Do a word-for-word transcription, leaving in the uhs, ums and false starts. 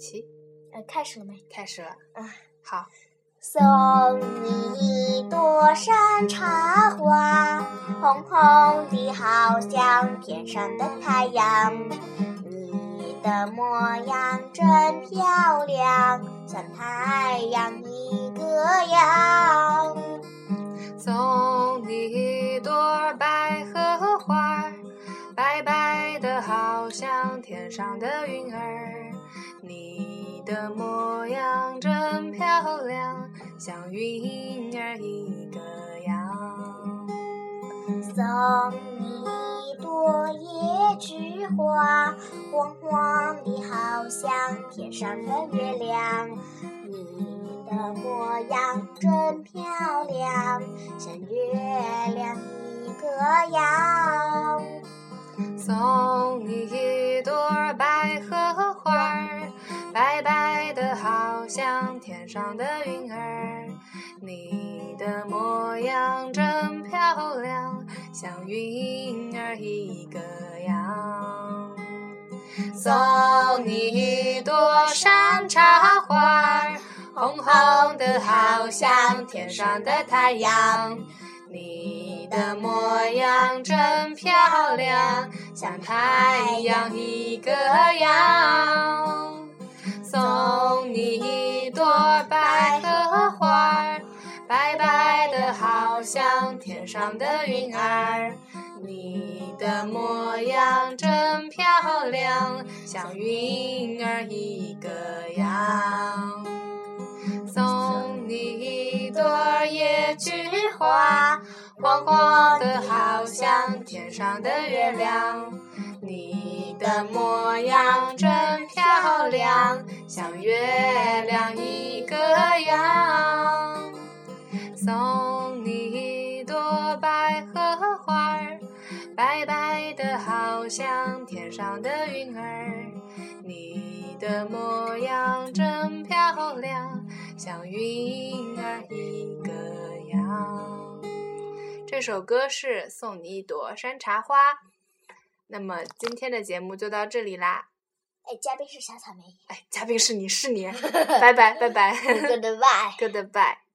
起， 呃，开始了没？ 开始了。 啊， 好。 送你一朵山茶花，红红的好像天上的太阳。你的模样真漂亮，像太阳一个样。 送你一朵百合花，白白的好像天上的云儿。你的模样真漂亮，像云儿一个样。 送你一朵野菊花，黄黄的好像天上的月亮。你的模样真漂亮，像月亮一个样。 送你一朵百合花，白白的好像天上的云儿。你的模样真漂亮，像云儿一个样。送你一朵山茶花，红红的好像天上的太阳。你的模样真漂亮，像太阳一个样。送你一朵百合花，白白的好像天上的云儿。你的模样真漂亮，像云儿一个样。送你一朵野菊花，黄黄的好像天上的月亮。你的模样真漂亮，像月亮一个样。送你一朵百合花，白白的好像天上的云儿。你的模样真漂亮，像云儿一个样。这首歌是送你一朵山茶花。那么今天的节目就到这里啦。 哎，嘉宾是小草莓。 哎，嘉宾是你是你。拜拜拜拜。 Goodbye. Goodbye.